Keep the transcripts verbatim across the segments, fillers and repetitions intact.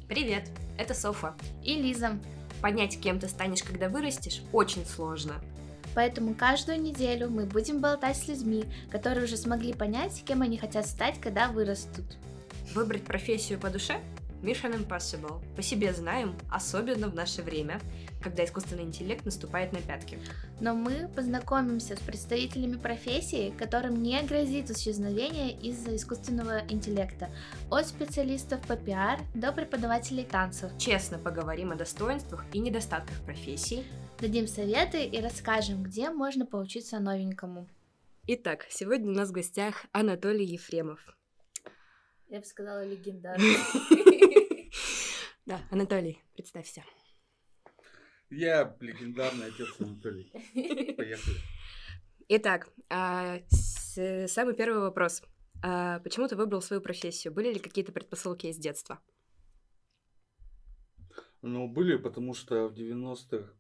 Привет, это Софа. И Лиза. Понять, кем ты станешь, когда вырастешь, очень сложно. Поэтому каждую неделю мы будем болтать с людьми, которые уже смогли понять, кем они хотят стать, когда вырастут. Выбрать профессию по душе? Mission Impossible. По себе знаем, особенно в наше время, когда искусственный интеллект наступает на пятки. Но мы познакомимся с представителями профессии, которым не грозит исчезновение из-за искусственного интеллекта, от специалистов по пиар до преподавателей танцев. Честно поговорим о достоинствах и недостатках профессий. Дадим советы и расскажем, где можно поучиться новенькому. Итак, сегодня у нас в гостях Анатолий Ефремов. Я бы сказала, легендарный. Да, Анатолий, представься. Я легендарный отец Анатолий. Поехали. Итак, а, с, самый первый вопрос. А, почему ты выбрал свою профессию? Были ли какие-то предпосылки из детства? Ну, были, потому что в девяностых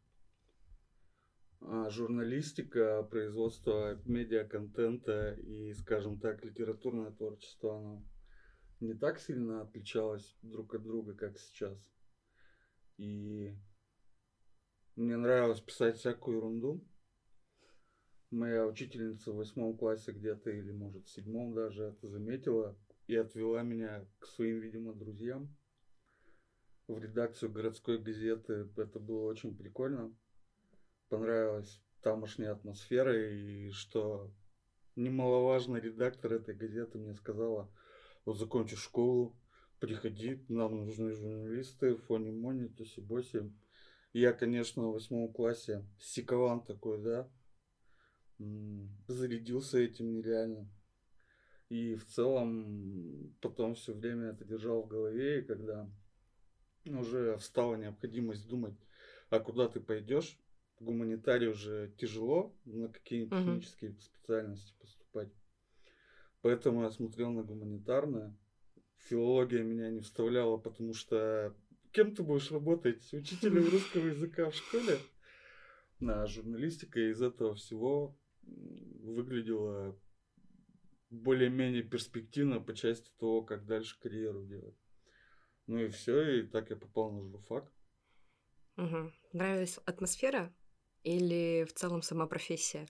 а, журналистика, производство медиаконтента и, скажем так, литературное творчество, оно не так сильно отличалось друг от друга, как сейчас. И мне нравилось писать всякую ерунду. Моя учительница в восьмом классе где-то, или может в седьмом даже, это заметила и отвела меня к своим, видимо, друзьям в редакцию городской газеты. Это было очень прикольно. Понравилась тамошняя атмосфера, и что немаловажно, редактор этой газеты мне сказала: вот закончишь школу, приходи, нам нужны журналисты, фони-мони, тоси-боси. Я, конечно, в восьмом классе сикован такой, да, зарядился этим нереально. И в целом потом все время это держал в голове, и когда уже встала необходимость думать, а куда ты пойдешь, в гуманитарии уже тяжело на какие-нибудь Мгм. технические специальности поступать. Поэтому я смотрел на гуманитарное. Филология меня не вставляла, потому что кем ты будешь работать? Учителем русского языка в школе? На журналистика из этого всего выглядела более-менее перспективно по части того, как дальше карьеру делать. Ну и все, и так я попал на журфак. Угу. Нравилась атмосфера или в целом сама профессия?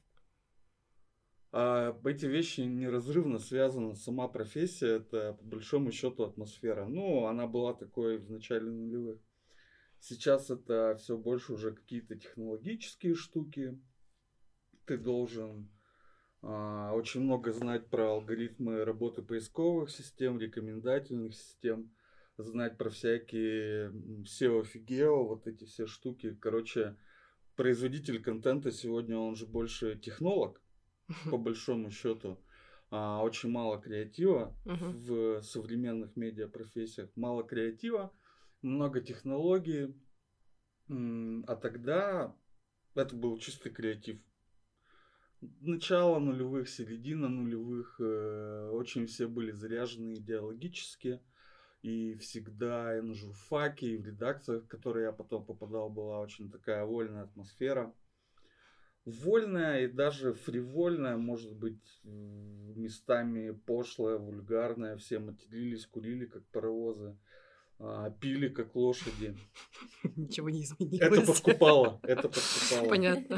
А эти вещи неразрывно связаны. Сама профессия — это по большому счету атмосфера. Ну, она была такой в начале нулевых. Сейчас это все больше уже какие-то технологические штуки. Ты должен а, очень много знать про алгоритмы работы поисковых систем, рекомендательных систем, знать про всякие м, сео, фигео, вот эти все штуки. Короче, производитель контента сегодня, он же больше технолог, по большому счету. А, очень мало креатива Мгм. в современных медиапрофессиях. Мало креатива, много технологий. М, А тогда это был чистый креатив. Начало нулевых, середина нулевых, э, очень все были заряжены идеологически. И всегда и на журфаке, и в редакциях, в которые я потом попадал, была очень такая вольная атмосфера. Вольная и даже фривольная, может быть, м, местами пошлая, вульгарная. Все матерились, курили как паровозы, а, пили как лошади. Ничего не Это изменилось. подкупало, это подкупало. Понятно.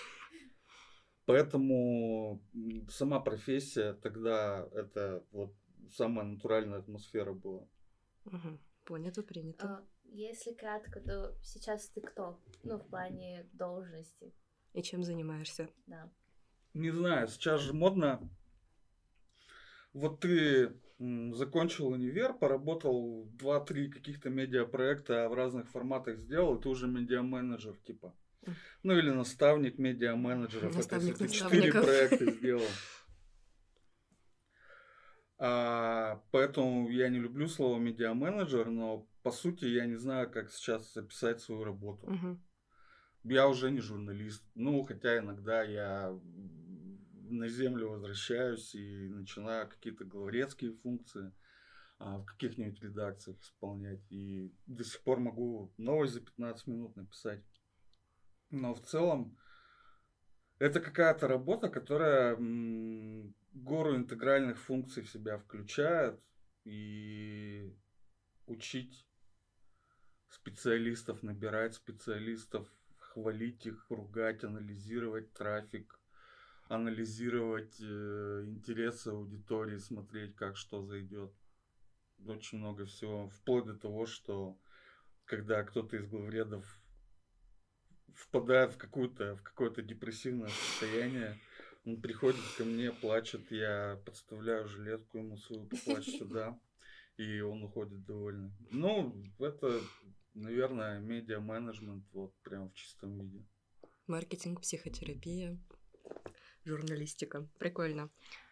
Поэтому м, сама профессия тогда это вот самая натуральная атмосфера была. Мгм. Понято, принято. А, Если кратко, то сейчас ты кто? Ну, в плане должности, И чем занимаешься? да. Не знаю, сейчас же модно. Вот ты м, закончил универ, поработал два-три каких-то медиапроекта в разных форматах сделал, и ты уже медиаменеджер, типа. М. Ну или наставник медиаменеджеров. Это если Наставник ты четыре наставников. проекта сделал. А, поэтому я не люблю слово медиаменеджер, но по сути я не знаю, как сейчас описать свою работу. Мгм. Я уже не журналист. Ну, хотя иногда я на землю возвращаюсь и начинаю какие-то главредские функции а, в каких-нибудь редакциях исполнять. И до сих пор могу новость за пятнадцать минут написать. Но в целом это какая-то работа, которая м, гору интегральных функций в себя включает. И учить специалистов набирать, специалистов хвалить их, ругать, анализировать трафик, анализировать э, интересы аудитории, смотреть, как что зайдет. Очень много всего, вплоть до того, что когда кто-то из главредов впадает в какую-то, в какое-то депрессивное состояние, он приходит ко мне, плачет, я подставляю жилетку ему свою, поплачь сюда, и он уходит довольный. Ну, это, наверное, медиа-менеджмент вот прям в чистом виде. Маркетинг, психотерапия, журналистика. Прикольно.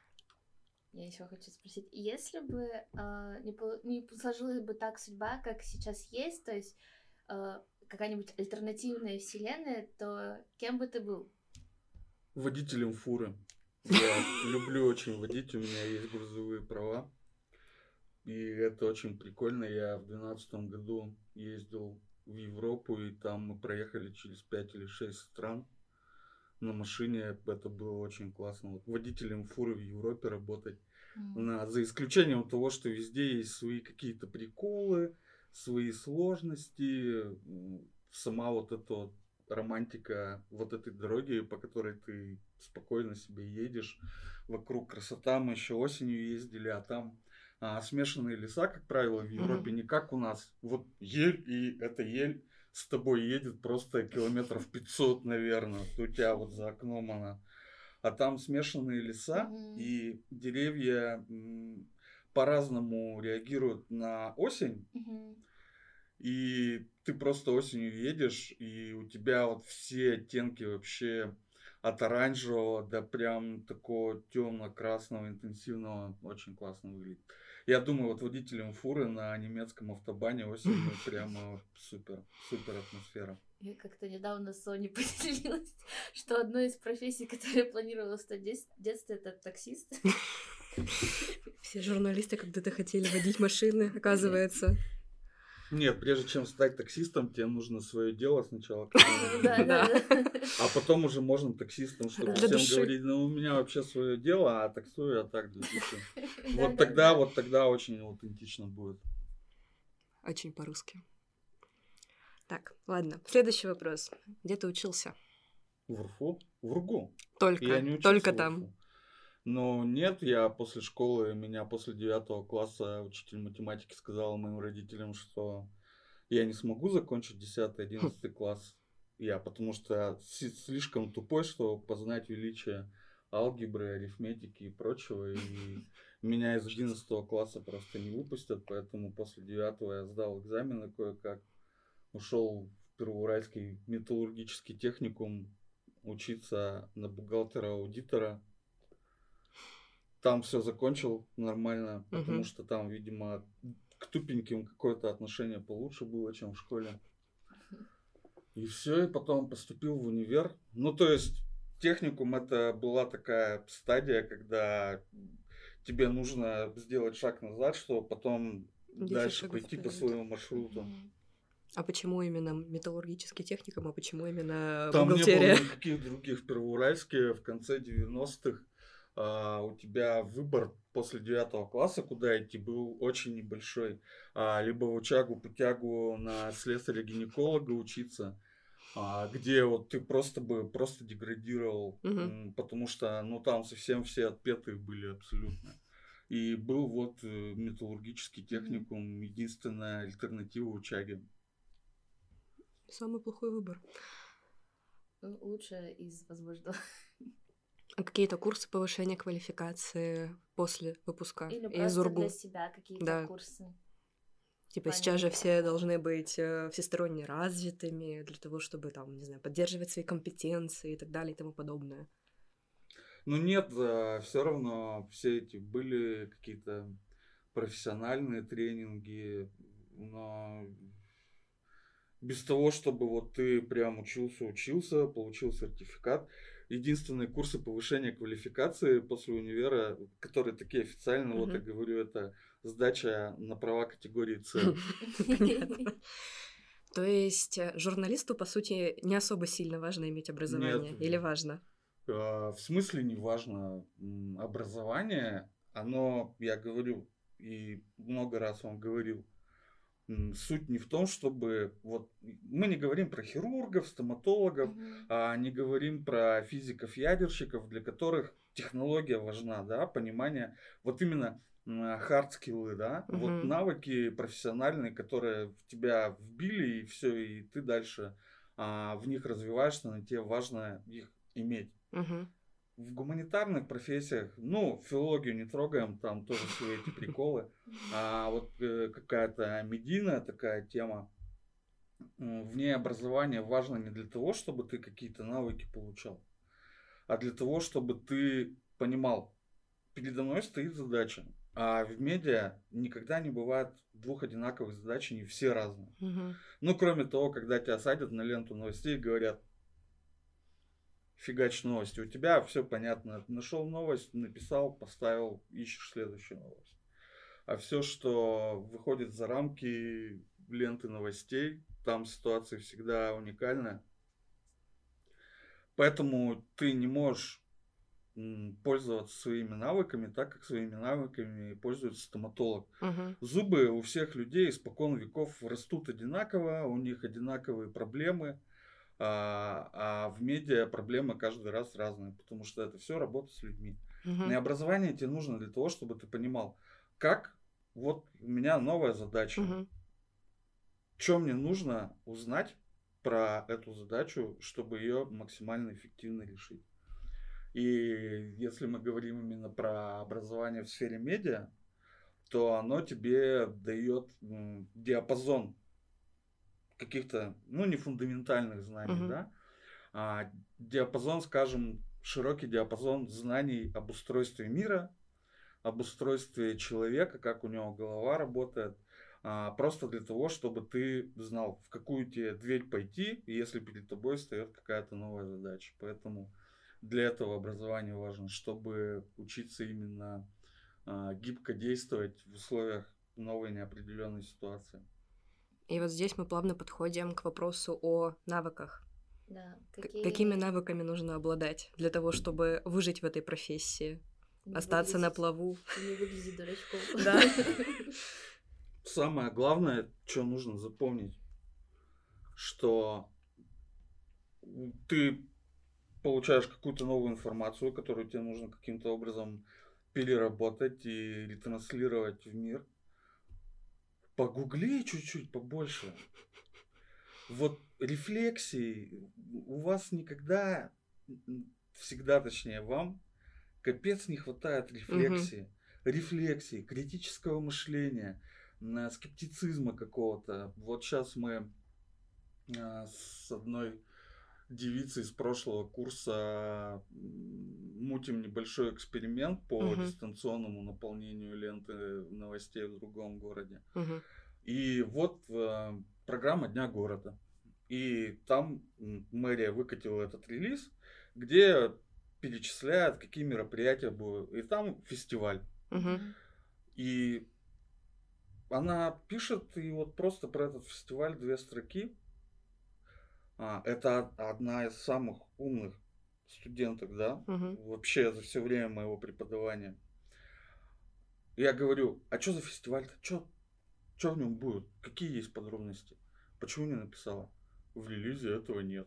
Я еще хочу спросить, если бы э, не, по, не сложилась бы так судьба, как сейчас есть, то есть э, какая-нибудь альтернативная вселенная, то кем бы ты был? Водителем фуры. Я люблю очень водить, у меня есть грузовые права. И это очень прикольно. Я в двенадцатом году ездил в Европу, и там мы проехали через пять или шесть стран на машине. Это было очень классно. Вот водителем фуры в Европе работать. Mm. На, за исключением того, что везде есть свои какие-то приколы, свои сложности. Сама вот эта вот романтика вот этой дороги, по которой ты спокойно себе едешь. Вокруг красота. Мы еще осенью ездили, а там а, смешанные леса, как правило, в Европе, mm-hmm. не как у нас. Вот ель, и эта ель с тобой едет просто километров пятьсот, наверное. У тебя вот за окном она. А там смешанные леса, mm-hmm. и деревья м, по-разному реагируют на осень. Mm-hmm. И ты просто осенью едешь, и у тебя вот все оттенки вообще от оранжевого до прям такого темно-красного, интенсивного, очень классно выглядит. Я думаю, вот водителем фуры на немецком автобане осенью прямо супер, супер атмосфера. Я как-то недавно с Соней поделилась, что одной из профессий, которую я планировала стать в детстве, это таксист. Все журналисты когда-то хотели водить машины, оказывается. Нет, прежде чем стать таксистом, тебе нужно свое дело сначала. А потом уже можно таксистом, чтобы всем говорить, ну у меня вообще свое дело, а таксую я так для души. Вот тогда, вот тогда очень аутентично будет. Очень по-русски. Так, ладно. Следующий вопрос. Где ты учился? В РФУ? В РГУ. Только, только там. Но нет, я после школы, меня после девятого класса учитель математики сказал моим родителям, что я не смогу закончить десятый-одиннадцатый класс. Я, потому что слишком тупой, чтобы познать величие алгебры, арифметики и прочего. И меня из одиннадцатого класса просто не выпустят, поэтому после девятого я сдал экзамены кое-как. Ушел в Первоуральский металлургический техникум учиться на бухгалтера-аудитора. Там все закончил нормально, uh-huh. потому что там, видимо, к тупеньким какое-то отношение получше было, чем в школе. И все, и потом поступил в универ. Ну, то есть, техникум это была такая стадия, когда тебе нужно сделать шаг назад, чтобы потом дальше пойти по своему маршруту. Uh-huh. А почему именно металлургический техникум, а почему именно там бухгалтерия? Там не было никаких других. В Первоуральске в конце девяностых Uh, у тебя выбор после девятого класса, куда идти, был очень небольшой. Uh, либо в учагу-путягу на слесаря-гинеколога учиться, uh, где вот ты просто бы просто деградировал, uh-huh. потому что ну там совсем все отпетые были абсолютно. И был вот металлургический техникум, uh-huh. единственная альтернатива учаге. Самый плохой выбор. Лучше из возможного. А какие-то курсы повышения квалификации после выпуска или из просто УрГУ? Для себя какие-то да. курсы. Типа Понятно. Сейчас же все должны быть всесторонне развитыми для того, чтобы там, не знаю, поддерживать свои компетенции и так далее и тому подобное. Ну нет, все равно все эти были какие-то профессиональные тренинги, но без того, чтобы вот ты прям учился, учился, получил сертификат. Единственные курсы повышения квалификации после универа, которые такие официальные, uh-huh. вот я говорю, это сдача на права категории С. Понятно. То есть журналисту, по сути, не особо сильно важно иметь образование? Нет. Или важно? В смысле не важно? Образование, оно, я говорю, и много раз вам говорил, Суть не в том, чтобы... Вот мы не говорим про хирургов, стоматологов, Мгм. а не говорим про физиков-ядерщиков, для которых технология важна, да, понимание, вот именно хард-скиллы, да, вот Мгм. навыки профессиональные, которые в тебя вбили, и все, и ты дальше а, в них развиваешься, но тебе важно их иметь. Мгм. В гуманитарных профессиях, ну, филологию не трогаем, там тоже свои эти приколы. А вот э, какая-то медийная такая тема, м, в ней образование важно не для того, чтобы ты какие-то навыки получал, а для того, чтобы ты понимал, передо мной стоит задача. А в медиа никогда не бывает двух одинаковых задач, они все разные. Мгм. Ну, кроме того, когда тебя садят на ленту новостей и говорят: фигач новости. У тебя все понятно. Нашел новость, написал, поставил, ищешь следующую новость. А все, что выходит за рамки ленты новостей, там ситуация всегда уникальная. Поэтому ты не можешь м, пользоваться своими навыками так, как своими навыками пользуется стоматолог. Мгм. Зубы у всех людей испокон веков растут одинаково, у них одинаковые проблемы. А, а в медиа проблемы каждый раз разные, потому что это все работа с людьми. И Мгм. образование тебе нужно для того, чтобы ты понимал, как вот у меня новая задача, Мгм. что мне нужно узнать про эту задачу, чтобы ее максимально эффективно решить. И если мы говорим именно про образование в сфере медиа, то оно тебе дает м, диапазон каких-то, ну, не фундаментальных знаний, Мгм. да, а, диапазон, скажем, широкий диапазон знаний об устройстве мира, об устройстве человека, как у него голова работает, а, просто для того, чтобы ты знал, в какую тебе дверь пойти, если перед тобой встает какая-то новая задача. Поэтому для этого образование важно, чтобы учиться именно а, гибко действовать в условиях новой неопределенной ситуации. И вот здесь мы плавно подходим к вопросу о навыках. Да, К- какие Какими навыками нужно обладать для того, чтобы выжить в этой профессии, не остаться на выглядеть- плаву? не выглядеть дурачком. Да. Самое главное, что нужно запомнить, что ты получаешь какую-то новую информацию, которую тебе нужно каким-то образом переработать и ретранслировать в мир. Погугли чуть-чуть побольше. Вот рефлексии у вас никогда, м, всегда точнее вам, капец не хватает рефлексии. Рефлексии, критического мышления, м, скептицизма какого-то. Вот сейчас мы а, с одной девицей из прошлого курса м, мутим небольшой эксперимент по Мгм. дистанционному наполнению ленты новостей в другом городе. Мгм. И вот э, программа Дня города. И там м, мэрия выкатила этот релиз, где перечисляют, какие мероприятия будут. И там фестиваль. Мгм. И она пишет, и вот просто про этот фестиваль две строки. А, это одна из самых умных студенток, да, Мгм. вообще за все время моего преподавания. Я говорю: а что за фестиваль-то? Что в нем будет? Какие есть подробности? Почему не написала? В релизе этого нет.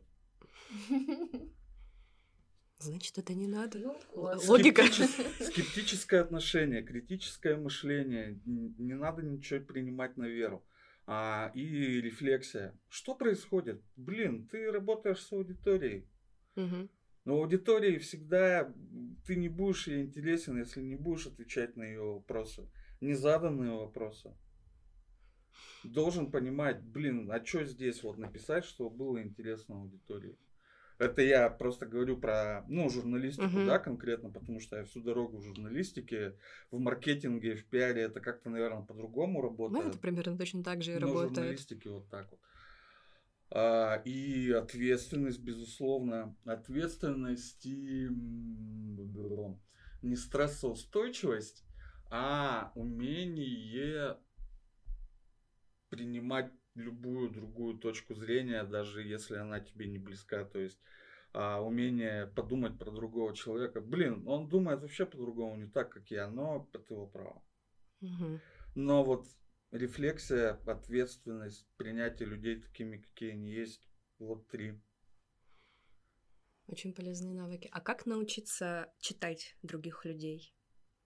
Значит, это не надо. Ну, Л- вот. Логика. Скептичес- Скептическое отношение, критическое мышление. Н- Не надо ничего принимать на веру. А, и рефлексия. Что происходит? Блин, ты работаешь с аудиторией. Мгм. Но аудитории всегда м, ты не будешь ей интересен, если не будешь отвечать на ее вопросы. Незаданные вопросы. Должен понимать, блин, а что здесь вот написать, чтобы было интересно аудитории. Это я просто говорю про, ну, журналистику, Мгм. да, конкретно, потому что я всю дорогу в журналистике, в маркетинге, в пиаре это как-то, наверное, по-другому Ну, работает. это примерно точно так же и Но в работает. журналистике вот так вот. А, и ответственность, безусловно. Ответственность и м, не стрессоустойчивость, а умение принимать любую другую точку зрения, даже если она тебе не близка. То есть а, умение подумать про другого человека. Блин, он думает вообще по-другому, не так, как я, но это его право. Мгм. Но вот рефлексия, ответственность, принятие людей такими, какие они есть. Вот три. Очень полезные навыки. А как научиться читать других людей?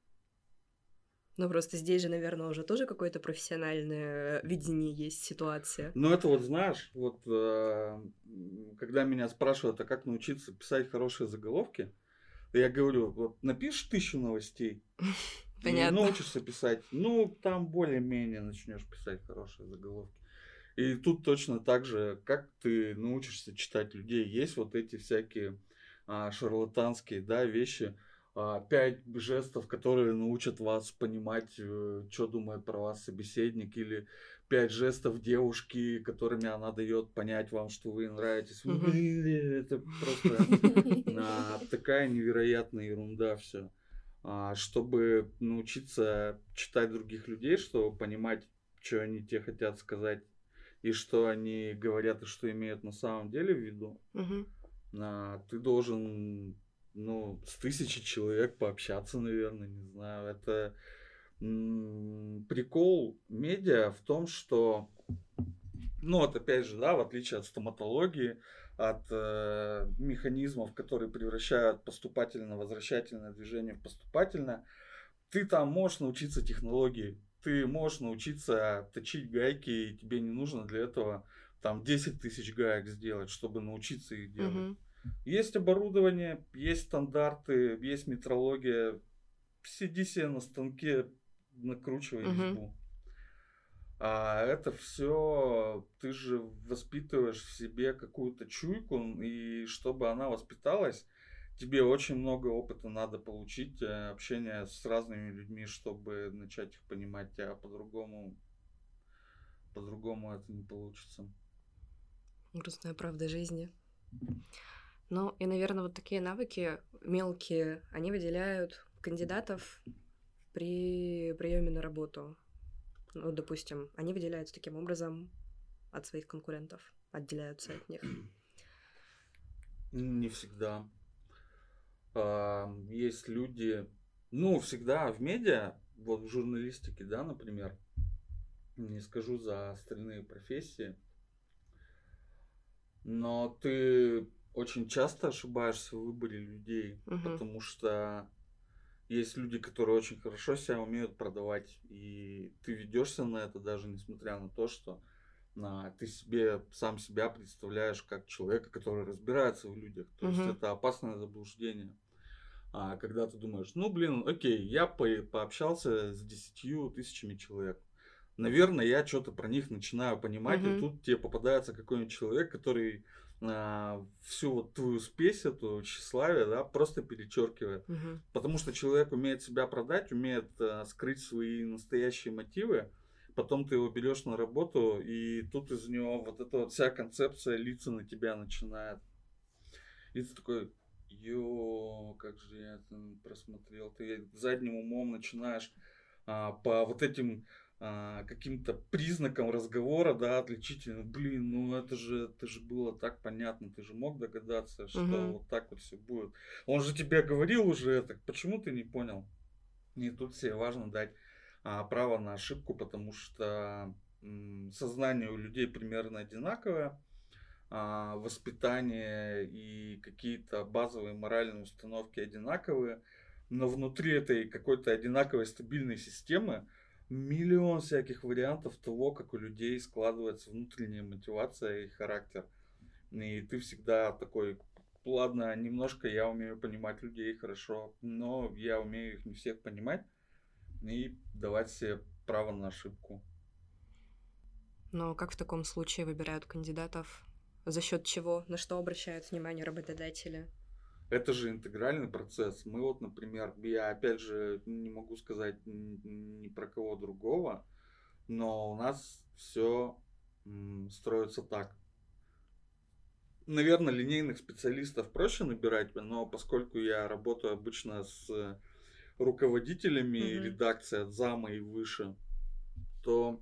Ну, просто здесь же, наверное, уже тоже какое-то профессиональное видение есть, ситуация. Ну, это вот, знаешь, вот э, когда меня спрашивают, а как научиться писать хорошие заголовки, я говорю, вот напишешь тысячу новостей и Понятно. научишься писать, ну, там более-менее начнешь писать хорошие заголовки. И тут точно так же, как ты научишься читать людей, есть вот эти всякие а, шарлатанские, да, вещи, а, пять жестов, которые научат вас понимать, э, что думает про вас собеседник, или пять жестов девушки, которыми она дает понять вам, что вы ей нравитесь. Мгм. Это просто а, такая невероятная ерунда все. Чтобы научиться читать других людей, чтобы понимать, что они тебе хотят сказать, и что они говорят, и что имеют на самом деле в виду, Мгм. а, ты должен, ну, с тысячей человек пообщаться, наверное, не знаю. Это м, прикол медиа в том, что, ну, вот опять же, да, в отличие от стоматологии, от э, механизмов, которые превращают поступательно-возвращательное движение в поступательное, ты там можешь научиться технологии, ты можешь научиться точить гайки, и тебе не нужно для этого там десять тысяч гаек сделать, чтобы научиться их делать. Мгм. Есть оборудование, есть стандарты, есть метрология. Сиди себе на станке, накручивай Мгм. резьбу. А это все ты же воспитываешь в себе какую-то чуйку, и чтобы она воспиталась, тебе очень много опыта надо получить, э, общения с разными людьми, чтобы начать их понимать, а по-другому, по-другому это не получится. Грустная правда жизни. Ну, и, наверное, вот такие навыки мелкие, они выделяют кандидатов при приеме на работу. Ну, допустим, они выделяются таким образом от своих конкурентов, отделяются от них. Не всегда. А, Есть люди, ну, всегда в медиа, вот в журналистике, да, например, не скажу за остальные профессии, но ты очень часто ошибаешься в выборе людей, Мгм. потому что есть люди, которые очень хорошо себя умеют продавать, и ты ведешься на это даже несмотря на то, что на, ты себе сам себя представляешь как человека, который разбирается в людях. То есть Мгм. это опасное заблуждение. А когда ты думаешь, ну блин, окей, я по- пообщался с десятью тысячами человек. Наверное, я что-то про них начинаю понимать, и Мгм. тут тебе попадается какой-нибудь человек, который а, всю вот твою спесь, эту тщеславие, да, просто перечеркивает. Мгм. Потому что человек умеет себя продать, умеет а, скрыть свои настоящие мотивы. Потом ты его берешь на работу, и тут из него вот эта вот вся концепция лица на тебя начинает. И ты такой, ё, как же я это просмотрел. Ты задним умом начинаешь а, по вот этим а, каким-то признакам разговора, да, отличительным. Блин, ну это же, это же было так понятно, ты же мог догадаться, что Мгм. вот так вот все будет. Он же тебе говорил уже это, почему ты не понял? И тут себе важно дать а, право на ошибку, потому что м, сознание у людей примерно одинаковое, а, воспитание и какие-то базовые моральные установки одинаковые, но внутри этой какой-то одинаковой стабильной системы миллион всяких вариантов того, как у людей складывается внутренняя мотивация и характер. И ты всегда такой, ладно, немножко я умею понимать людей хорошо, но я умею их не всех понимать и давать себе право на ошибку. Но как в таком случае выбирают кандидатов? За счет чего? На что обращают внимание работодатели? Это же интегральный процесс. Мы вот, например, я опять же не могу сказать ни про кого другого, но у нас все строится так. Наверное, линейных специалистов проще набирать, но поскольку я работаю обычно с руководителями Мгм. редакции от зама и выше, то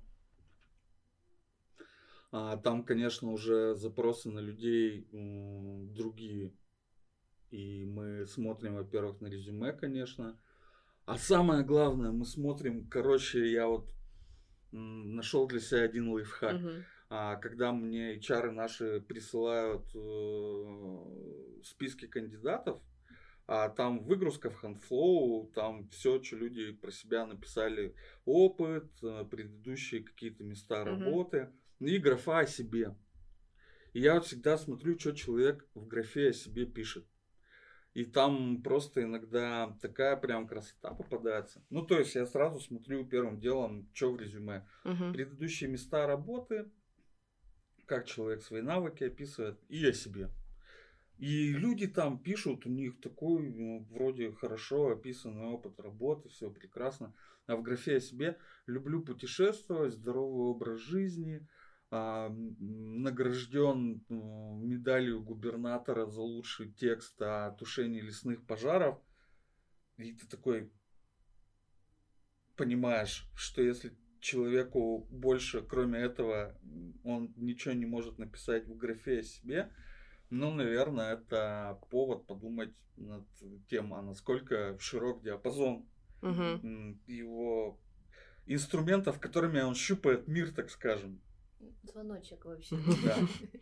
а, там, конечно, уже запросы на людей м, другие. И мы смотрим, во-первых, на резюме, конечно. А самое главное, мы смотрим, короче, я вот нашел для себя один лайфхак. Мгм. А, когда мне эйч ар наши присылают э, списки кандидатов, а там выгрузка в Handflow, там все, что люди про себя написали, опыт, э, предыдущие какие-то места Мгм. работы и графа о себе. И я вот всегда смотрю, что человек в графе о себе пишет. И там просто иногда такая прям красота попадается. Ну, то есть я сразу смотрю первым делом, что в резюме. Мгм. Предыдущие места работы, как человек свои навыки описывает, и о себе. И люди там пишут, у них такой ну, вроде хорошо описанный опыт работы, все прекрасно. А в графе о себе люблю путешествовать, здоровый образ жизни, а, м, награжден м, медалью губернатора за лучший текст о тушении лесных пожаров. И ты такой понимаешь, что если человеку больше, кроме этого, м, он ничего не может написать в графе о себе, ну, наверное, это повод подумать над тем, а насколько широк диапазон Мгм. м, его инструментов, которыми он щупает мир, так скажем. Звоночек вообще. Да.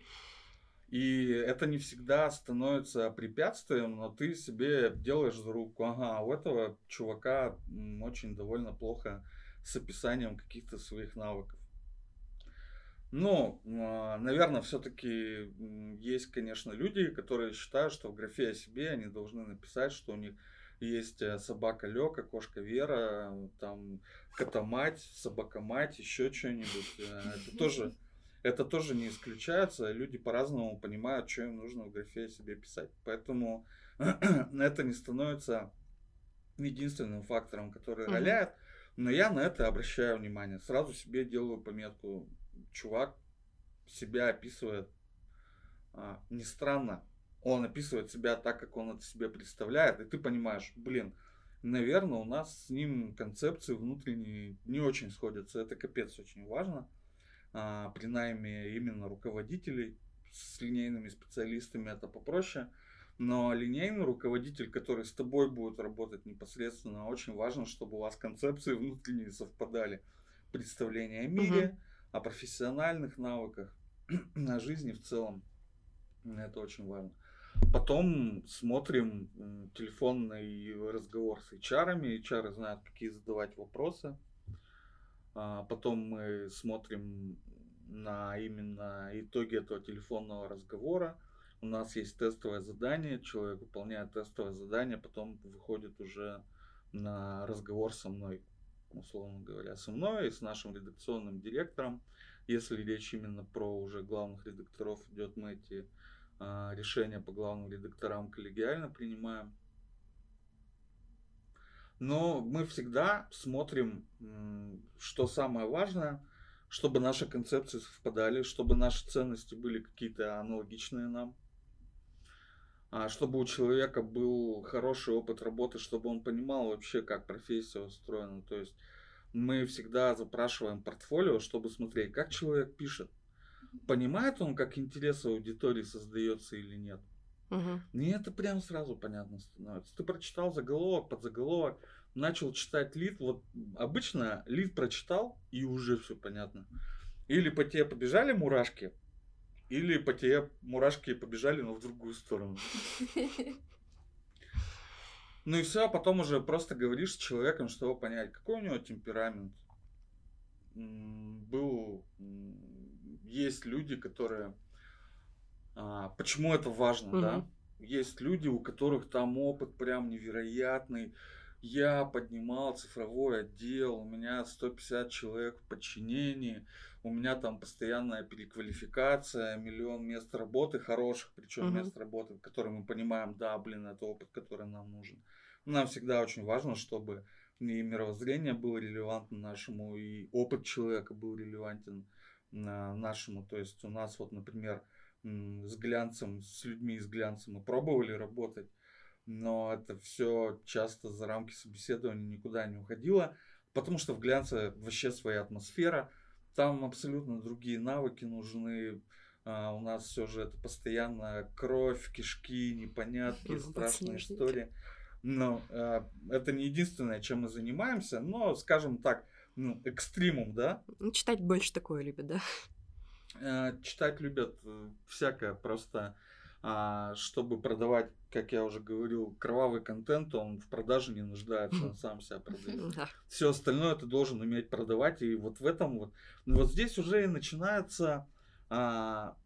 И это не всегда становится препятствием, но ты себе делаешь за руку. Ага, у этого чувака м, очень довольно плохо с описанием каких-то своих навыков. Но, наверное, все-таки есть, конечно, люди, которые считают, что в графе о себе они должны написать, что у них есть э, собака Лёка, кошка Вера, там кота-мать, собака-мать, еще что-нибудь. Э, Это тоже, это тоже не исключается. Люди по-разному понимают, что им нужно в графе о себе писать. Поэтому это не становится единственным фактором, который Мгм. роляет. Но я на это обращаю внимание. Сразу себе делаю пометку. Чувак себя описывает а, не странно. Он описывает себя так, как он это себе представляет. И ты понимаешь, блин, наверное, у нас с ним концепции внутренние не очень сходятся. Это капец очень важно. А, при найме именно руководителей с линейными специалистами это попроще. Но линейный руководитель, который с тобой будет работать непосредственно, очень важно, чтобы у вас концепции внутренние совпадали. Представление о мире, Мгм. о профессиональных навыках, о жизни в целом. Это очень важно. Потом смотрим м, телефонный разговор с эйч ар-ами. эйч ар знают, какие задавать вопросы. А, Потом мы смотрим на именно итоги этого телефонного разговора. У нас есть тестовое задание, человек выполняет тестовое задание, потом выходит уже на разговор со мной, условно говоря, со мной и с нашим редакционным директором. Если речь именно про уже главных редакторов идет, мы эти а, решения по главным редакторам коллегиально принимаем. Но мы всегда смотрим, м, что самое важное, чтобы наши концепции совпадали, чтобы наши ценности были какие-то аналогичные нам, а, чтобы у человека был хороший опыт работы, чтобы он понимал вообще, как профессия устроена. То есть мы всегда запрашиваем портфолио, чтобы смотреть, как человек пишет. Понимает он, как интерес аудитории создается или нет. Мгм. И это прям сразу понятно становится. Ты прочитал заголовок, подзаголовок, начал читать лид. Вот обычно лид прочитал, и уже все понятно. Или по тебе побежали мурашки, или по тебе мурашки побежали, но в другую сторону. Ну и все, а потом уже просто говоришь с человеком, чтобы понять, какой у него темперамент. М, Был, м, есть люди, которые... а, Почему это важно, да? Мгм. Есть люди, у которых там опыт прям невероятный. Я поднимал цифровой отдел, у меня сто пятьдесят человек в подчинении, у меня там постоянная переквалификация, миллион мест работы хороших, причем Мгм. мест работы, которые мы понимаем, да, блин, это опыт, который нам нужен. Нам всегда очень важно, чтобы и мировоззрение было релевантно нашему, и опыт человека был релевантен а, нашему. То есть у нас вот, например, м, с глянцем, с людьми из глянца мы пробовали работать, но это все часто за рамки собеседования никуда не уходило, потому что в глянце вообще своя атмосфера, там абсолютно другие навыки нужны. А, у нас все же это постоянно кровь, кишки, непонятки, Ну, страшные подснежники. истории. Но а, это не единственное, чем мы занимаемся, но, скажем так, ну, экстримум, да? Ну, читать больше такое любят, да? Э, читать любят э, всякое, просто а, чтобы продавать, как я уже говорил, кровавый контент, он в продаже не нуждается, он сам себя продает. Да. Все остальное ты должен уметь продавать, и вот в этом вот, ну, вот здесь уже и начинается а,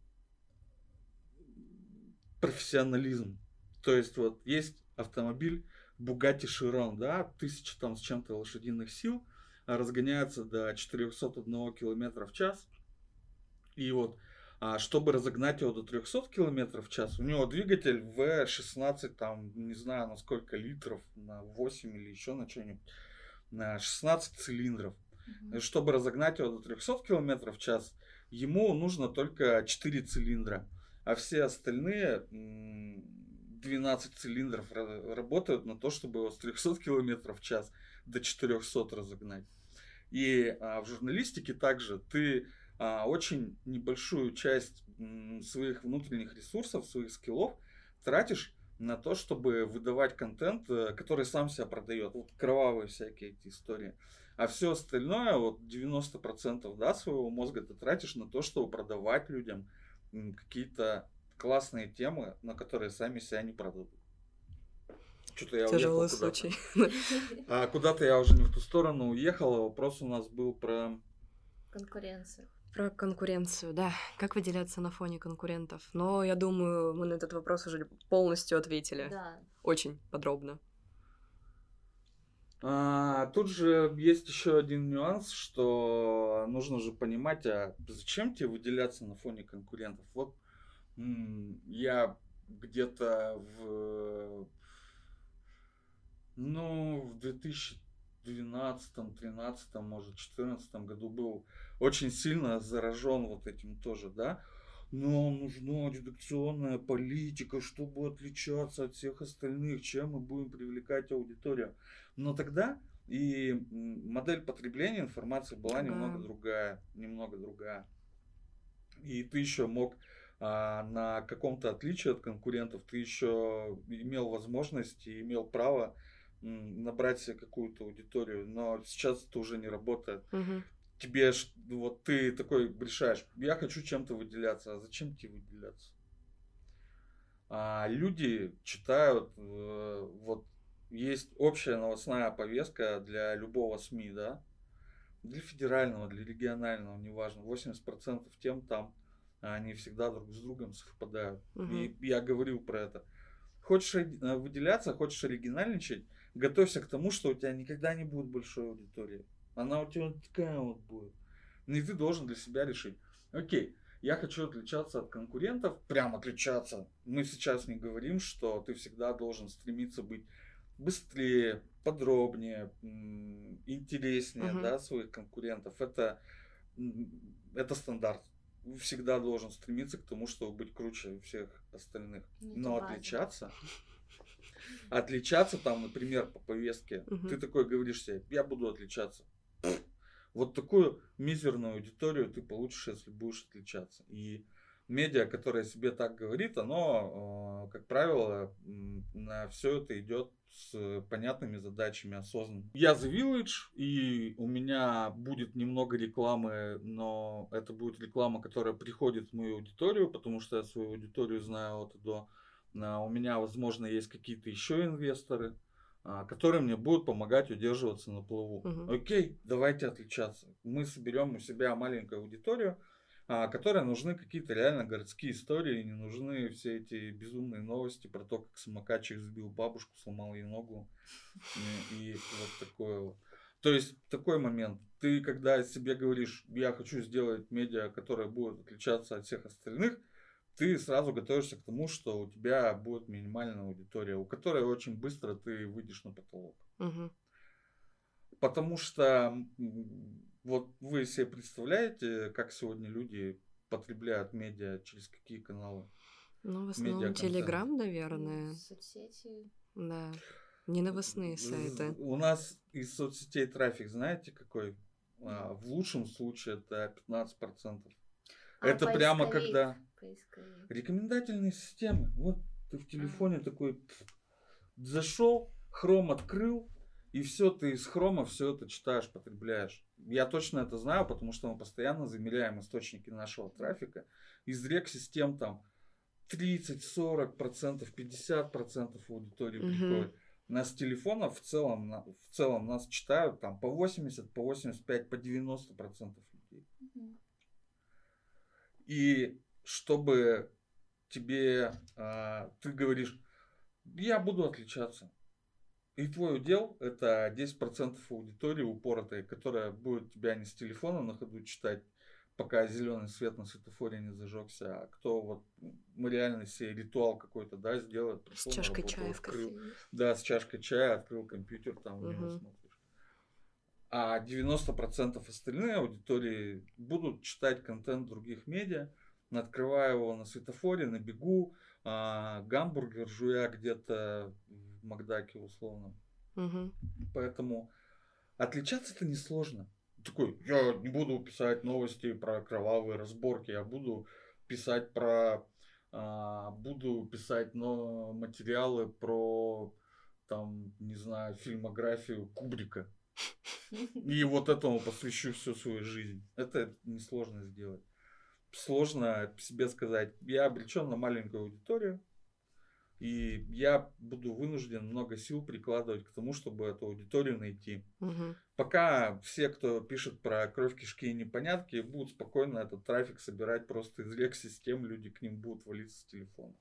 профессионализм. То есть вот есть автомобиль Bugatti Chiron, да, тысяча там с чем-то лошадиных сил, а разгоняется до четырехсот одного километра в час. И вот, а, чтобы разогнать его до трехсот километров в час, у него двигатель вэ шестнадцать, там, не знаю, на сколько литров, на восемь или еще на что-нибудь, на шестнадцать цилиндров. Мгм. Чтобы разогнать его до трехсот километров в час, ему нужно только четыре цилиндра. А все остальные м, двенадцать цилиндров ра- работают на то, чтобы его с трехсот километров в час до четырехсот разогнать. И а, в журналистике также ты а, очень небольшую часть м, своих внутренних ресурсов, своих скиллов тратишь на то, чтобы выдавать контент, э, который сам себя продает. Вот кровавые всякие эти истории. А все остальное, вот девяносто процентов, да, своего мозга ты тратишь на то, чтобы продавать людям м, какие-то классные темы, на которые сами себя не продадут. Что-то я уехал Тяжелый куда-то. случай. А куда-то я уже не в ту сторону уехал. Вопрос у нас был про... Конкуренция. Про конкуренцию, да. Как выделяться на фоне конкурентов? Но я думаю, мы на этот вопрос уже полностью ответили. Да. Очень подробно. А, тут же есть еще один нюанс, что нужно же понимать, а зачем тебе выделяться на фоне конкурентов? Вот м, я где-то в, ну, в две тысячи двенадцатом, тринадцатом, может, четырнадцатом году был очень сильно заражен вот этим тоже, да. Нам нужна редакционная политика, чтобы отличаться от всех остальных, чем мы будем привлекать аудиторию. Но тогда и м, модель потребления информации была немного Другая. другая, немного другая. И ты еще мог а, на каком-то отличии от конкурентов, ты еще имел возможность и имел право м, набрать себе какую-то аудиторию. Но сейчас это уже не работает. Мгм. Тебе ж- вот ты такой решаешь, я хочу чем-то выделяться, а зачем тебе выделяться? А люди читают, э, вот есть общая новостная повестка для любого СМИ, да, для федерального, для регионального, неважно, восемьдесят процентов тем там, они всегда друг с другом совпадают. Мгм. И я говорил про это. Хочешь ори- э, выделяться, хочешь оригинальничать, готовься к тому, что у тебя никогда не будет большой аудитории. Она у тебя вот такая вот будет. Ну и ты должен для себя решить, окей, я хочу отличаться от конкурентов, прям отличаться. Мы сейчас не говорим, что ты всегда должен стремиться быть быстрее, подробнее, м, интереснее, Мгм. да, своих конкурентов. Это, м, это стандарт. Всегда должен стремиться к тому, чтобы быть круче всех остальных. Ну, это Но база. отличаться, отличаться там, например, по повестке, Мгм. ты такой говоришь себе, я буду отличаться. Вот такую мизерную аудиторию ты получишь, если будешь отличаться. И медиа, которое себе так говорит, оно, э, как правило, м, на все это идет с понятными задачами, осознанно. Я The Village, и у меня будет немного рекламы, но это будет реклама, которая приходит в мою аудиторию, потому что я свою аудиторию знаю от и до. А, У меня, возможно, есть какие-то еще инвесторы, а, которые мне будут помогать удерживаться на плаву. Мгм. Окей, давайте отличаться. Мы соберем у себя маленькую аудиторию, а, которой нужны какие-то реально городские истории, не нужны все эти безумные новости про то, как самокатчик сбил бабушку, сломал ей ногу и, и вот такое вот. То есть такой момент. Ты когда себе говоришь, я хочу сделать медиа, которое будет отличаться от всех остальных, ты сразу готовишься к тому, что у тебя будет минимальная аудитория, у которой очень быстро ты выйдешь на потолок. Мгм. Потому что м, вот вы себе представляете, как сегодня люди потребляют медиа, через какие каналы? Ну, в основном Медиаконтент. Телеграм, Ну, наверное. соцсети. Да. Не новостные сайты. У нас из соцсетей трафик, знаете, какой? А, в лучшем случае это пятнадцать процентов. А, Это прямо поисковик, когда поисковик. рекомендательные системы. Вот ты в телефоне такой пф, зашел, хром открыл, И все, ты из хрома все это читаешь, потребляешь. Я точно это знаю, потому что мы постоянно замеряем источники нашего трафика. Из рек-систем там тридцать-сорок процентов, пятьдесят процентов аудитории Мгм. приходит. Нас с телефонов в целом, на- в целом нас читают там по восемьдесят, по восемьдесят пять, по девяносто процентов людей. Мгм. И чтобы тебе, а, ты говоришь, я буду отличаться. И твой удел это десять процентов аудитории упоротой, которая будет тебя не с телефона на ходу читать, пока зеленый свет на светофоре не зажегся, а кто вот м, реально себе ритуал какой-то, да, сделает, С пришел на чашкой работу, чая в открыл, кофейне. да, с чашкой чая, открыл компьютер, там в него Мгм. смотришь. А девяносто процентов остальные аудитории будут читать контент других медиа, открывая его на светофоре, на бегу, а, гамбургер жуя где-то в Макдаке условно. Мгм. Поэтому отличаться-то несложно. Такой, я не буду писать новости про кровавые разборки, я буду писать про, а, буду писать но материалы про, там, не знаю, фильмографию Кубрика. И вот этому посвящу всю свою жизнь. Это несложно сделать. Сложно себе сказать, я обречен на маленькую аудиторию, и я буду вынужден много сил прикладывать к тому, чтобы эту аудиторию найти. Мгм. Пока все, кто пишет про кровь, кишки и непонятки, будут спокойно этот трафик собирать просто из рек-систем, люди к ним будут валиться с телефона.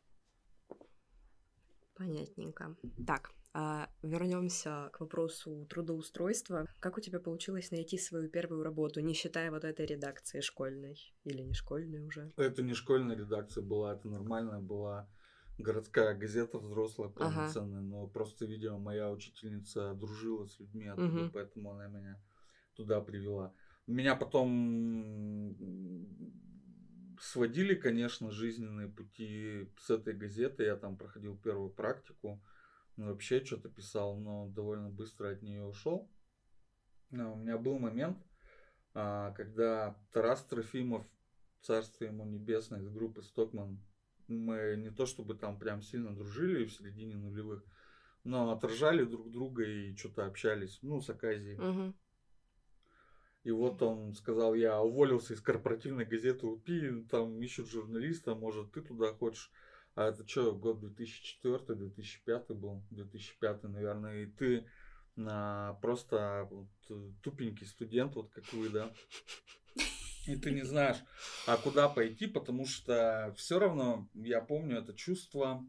Понятненько. Так, а вернемся к вопросу трудоустройства. Как у тебя получилось найти свою первую работу, не считая вот этой редакции школьной или не школьной уже? Это не школьная редакция была, это нормальная была городская газета взрослая, Ага. полноценная, но просто, видимо, моя учительница дружила с людьми оттуда, Мгм. поэтому она меня туда привела. Меня потом м, сводили, конечно, жизненные пути с этой газеты. Я там проходил первую практику, ну, вообще что-то писал, но довольно быстро от нее ушел. Но у меня был момент, а, когда Тарас Трофимов, царствие ему небесное, из группы Стокман, мы не то чтобы там прям сильно дружили в середине нулевых, но отражали друг друга и что-то общались, ну, с Аказией. Мгм. И вот он сказал, я уволился из корпоративной газеты УПИ, там ищут журналиста, может, ты туда хочешь. А это что, год две тысячи четвёртый, две тысячи пятый был, две тысячи пятый, наверное, и ты а, просто вот, э, тупенький студент, вот как вы, да, и ты не знаешь, а куда пойти, потому что все равно, я помню это чувство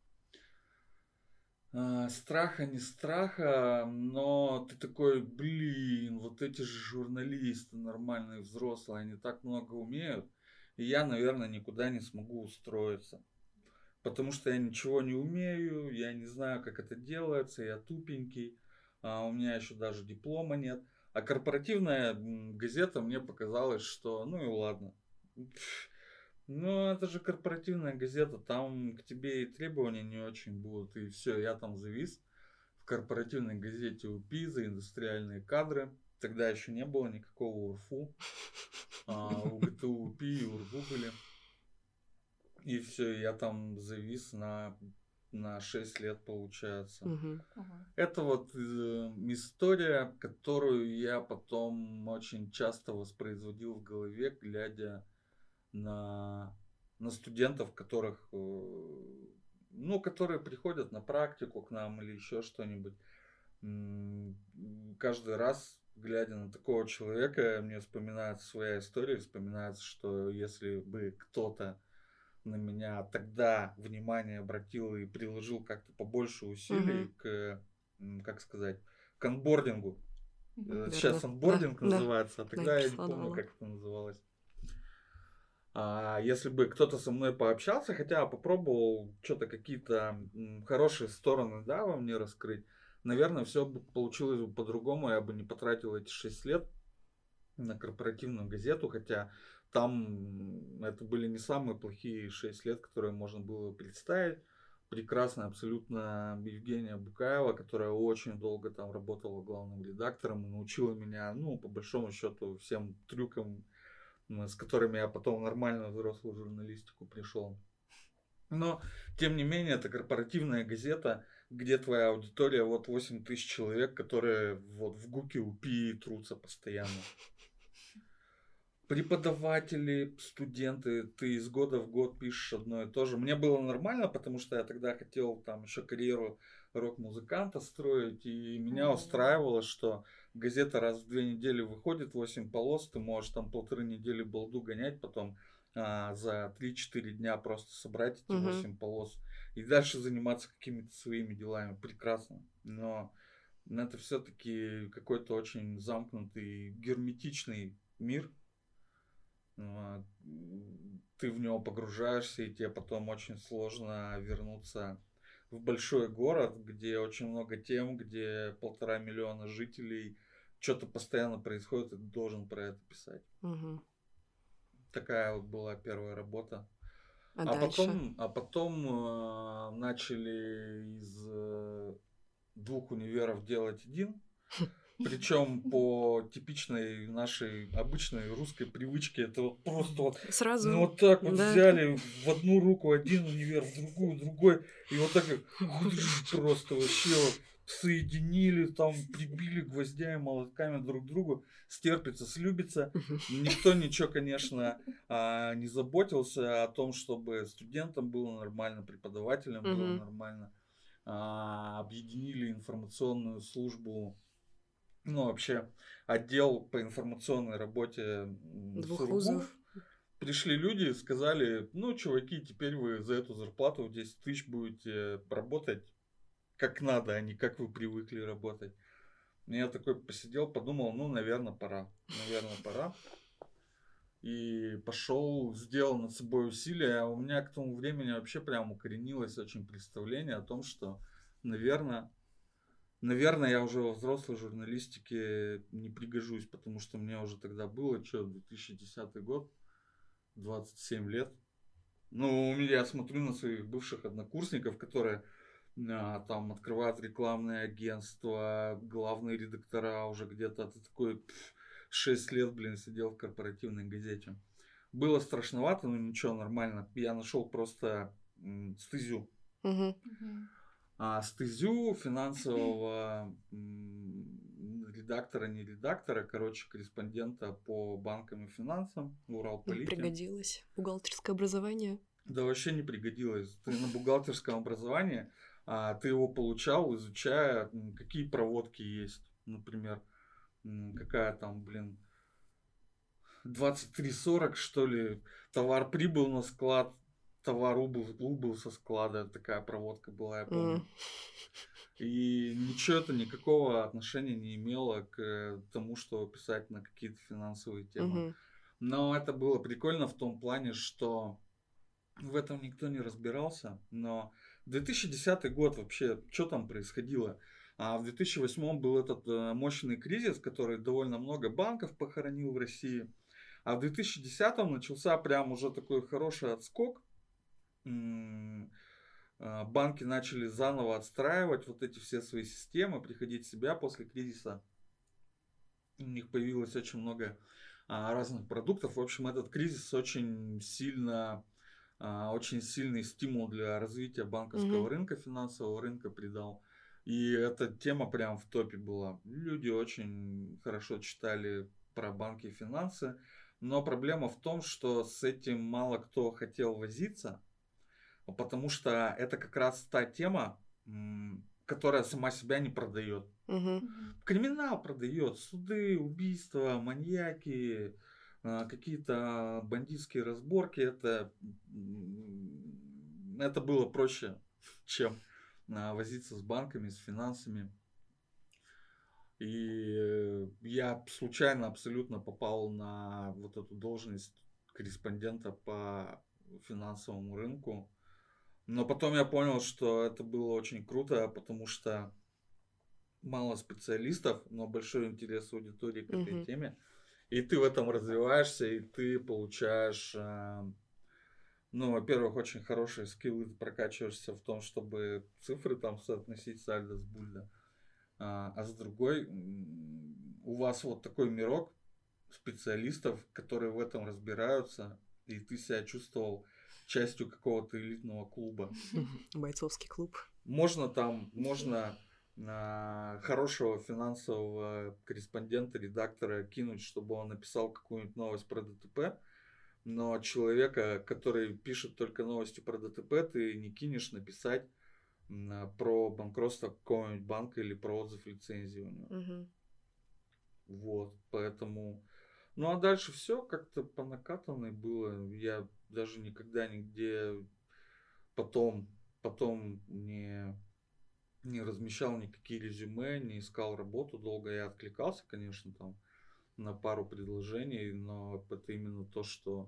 а, страха, не страха, но ты такой, блин, вот эти же журналисты нормальные, взрослые, они так много умеют, и я, наверное, никуда не смогу устроиться. Потому что я ничего не умею, я не знаю, как это делается, я тупенький, а у меня еще даже диплома нет. А корпоративная м, газета мне показалось, что ну и ладно. Пф, Ну, это же корпоративная газета, там к тебе и требования не очень будут, и все, я там завис в корпоративной газете УПИ за индустриальные кадры. Тогда еще не было никакого УРФУ, а у ГТУ УПИ и УРФУ были. И все, я там завис на, на шесть лет, получается. Мгм. Ага. Это вот э, история, которую я потом очень часто воспроизводил в голове, глядя на, на студентов, которых, э, ну, которые приходят на практику к нам или еще что-нибудь. М, Каждый раз, глядя на такого человека, мне вспоминается своя история, вспоминается, что если бы кто-то на меня тогда внимание обратил и приложил как-то побольше усилий Мгм. к, м, как сказать, к анбордингу. Мгм. Э, Верно. Сейчас Да, анбординг да, называется, а да, тогда я не помню, преследовала. как это называлось. А если бы кто-то со мной пообщался, хотя попробовал что-то какие-то м, хорошие стороны, да, во мне раскрыть, наверное, все бы получилось бы по-другому, я бы не потратил эти шесть лет на корпоративную газету, хотя там м, это были не самые плохие шесть лет, которые можно было представить. Прекрасная абсолютно Евгения Букаева, которая очень долго там работала главным редактором и научила меня, ну, по большому счету, всем трюкам, м, с которыми я потом в нормальную взрослую журналистику пришел. Но, тем не менее, это корпоративная газета, где твоя аудитория вот восемь тысяч человек, которые вот в ГУКе УПИ трутся постоянно. Преподаватели, студенты, ты из года в год пишешь одно и то же. Мне было нормально, потому что я тогда хотел там еще карьеру рок-музыканта строить, и меня Мгм. устраивало, что газета раз в две недели выходит, восемь полос, ты можешь там полторы недели балду гонять, потом а, за три-четыре дня просто собрать эти Мгм. восемь полос и дальше заниматься какими-то своими делами. Прекрасно. Но это все-таки какой-то очень замкнутый, герметичный мир. А, Ты в него погружаешься, и тебе потом очень сложно вернуться в большой город, где очень много тем, где полтора миллиона жителей, что-то постоянно происходит, и ты должен про это писать. Мгм. Такая вот была первая работа. А А дальше? потом, а потом э, начали из э, двух универов делать один. Причем по типичной нашей обычной русской привычке, это вот просто вот, ну Сразу, вот так вот да. взяли в одну руку один универ, в другую другой, и вот так вот просто вообще вот соединили, там прибили гвоздями, молотками друг к другу, стерпится, слюбится. Никто ничего, конечно, а, не заботился о том, чтобы студентам было нормально, преподавателям было Мгм. нормально. А, объединили информационную службу, ну, вообще, отдел по информационной работе м, Двух СурГУ. вузов. Пришли люди и сказали: ну, чуваки, теперь вы за эту зарплату в десять тысяч будете работать как надо, а не как вы привыкли работать. И я такой посидел, подумал, ну, наверное, пора. Наверное, пора. И пошел, сделал над собой усилия. А у меня к тому времени вообще прям укоренилось очень представление о том, что, наверное, Наверное, я уже во взрослой журналистике не пригожусь, потому что мне уже тогда было, что, две тысячи десятый год, двадцать семь лет. Ну, у меня, я смотрю на своих бывших однокурсников, которые а, там открывают рекламные агентства, главные редактора уже где-то. Ты такой, пф, шесть лет, блин, сидел в корпоративной газете. Было страшновато, но ничего, нормально. Я нашел просто м, стезю. Мгм. Мгм. А стезю финансового м, редактора, не редактора, короче, корреспондента по банкам и финансам в Ну, Уралполите. пригодилось. Бухгалтерское образование. Да вообще не пригодилось. Ты на бухгалтерском образовании, а, ты его получал, изучая, м, какие проводки есть. Например, м, какая там, блин, двадцать три сорок, что ли, товар прибыл на склад, товар убыл, убыл со склада. Такая проводка была, я помню. М. И ничего это никакого отношения не имело к тому, что писать на какие-то финансовые темы. Мгм. Но это было прикольно в том плане, что в этом никто не разбирался. Но две тысячи десятый год вообще, что там происходило? А в две тысячи восьмом был этот э, мощный кризис, который довольно много банков похоронил в России. А в две тысячи десятом начался прям уже такой хороший отскок. М, а, Банки начали заново отстраивать вот эти все свои системы, приходить в себя после кризиса. У них появилось очень много а, разных продуктов. В общем, этот кризис очень сильно, а, очень сильный стимул для развития банковского Мгм. рынка, финансового рынка придал. И эта тема прям в топе была. Люди очень хорошо читали про банки и финансы. Но проблема в том, что с этим мало кто хотел возиться. Потому что это как раз та тема, м, которая сама себя не продает. Мгм. Мгм. Криминал продает, суды, убийства, маньяки, а, какие-то бандитские разборки. Это, м, это было проще, чем а, возиться с банками, с финансами. И э, я случайно абсолютно попал на вот эту должность корреспондента по финансовому рынку. Но потом я понял, что это было очень круто, потому что мало специалистов, но большой интерес аудитории к этой Мгм. теме. И ты в этом развиваешься, и ты получаешь, а, ну, во-первых, очень хорошие скиллы, ты прокачиваешься в том, чтобы цифры там соотносить сальдо с бульдо. А, а с другой, м, у вас вот такой мирок специалистов, которые в этом разбираются, и ты себя чувствовал частью какого-то элитного клуба. Бойцовский клуб. Можно там, можно а, хорошего финансового корреспондента, редактора кинуть, чтобы он написал какую-нибудь новость про ДТП, но человека, который пишет только новости про ДТП, ты не кинешь написать а, про банкротство какого-нибудь банка или про отзыв лицензии у него. Угу. Вот, поэтому... Ну, а дальше все как-то по накатанной было. Я даже никогда нигде потом, потом не, не размещал никакие резюме, не искал работу долго. Я откликался, конечно, там на пару предложений, но это именно то, что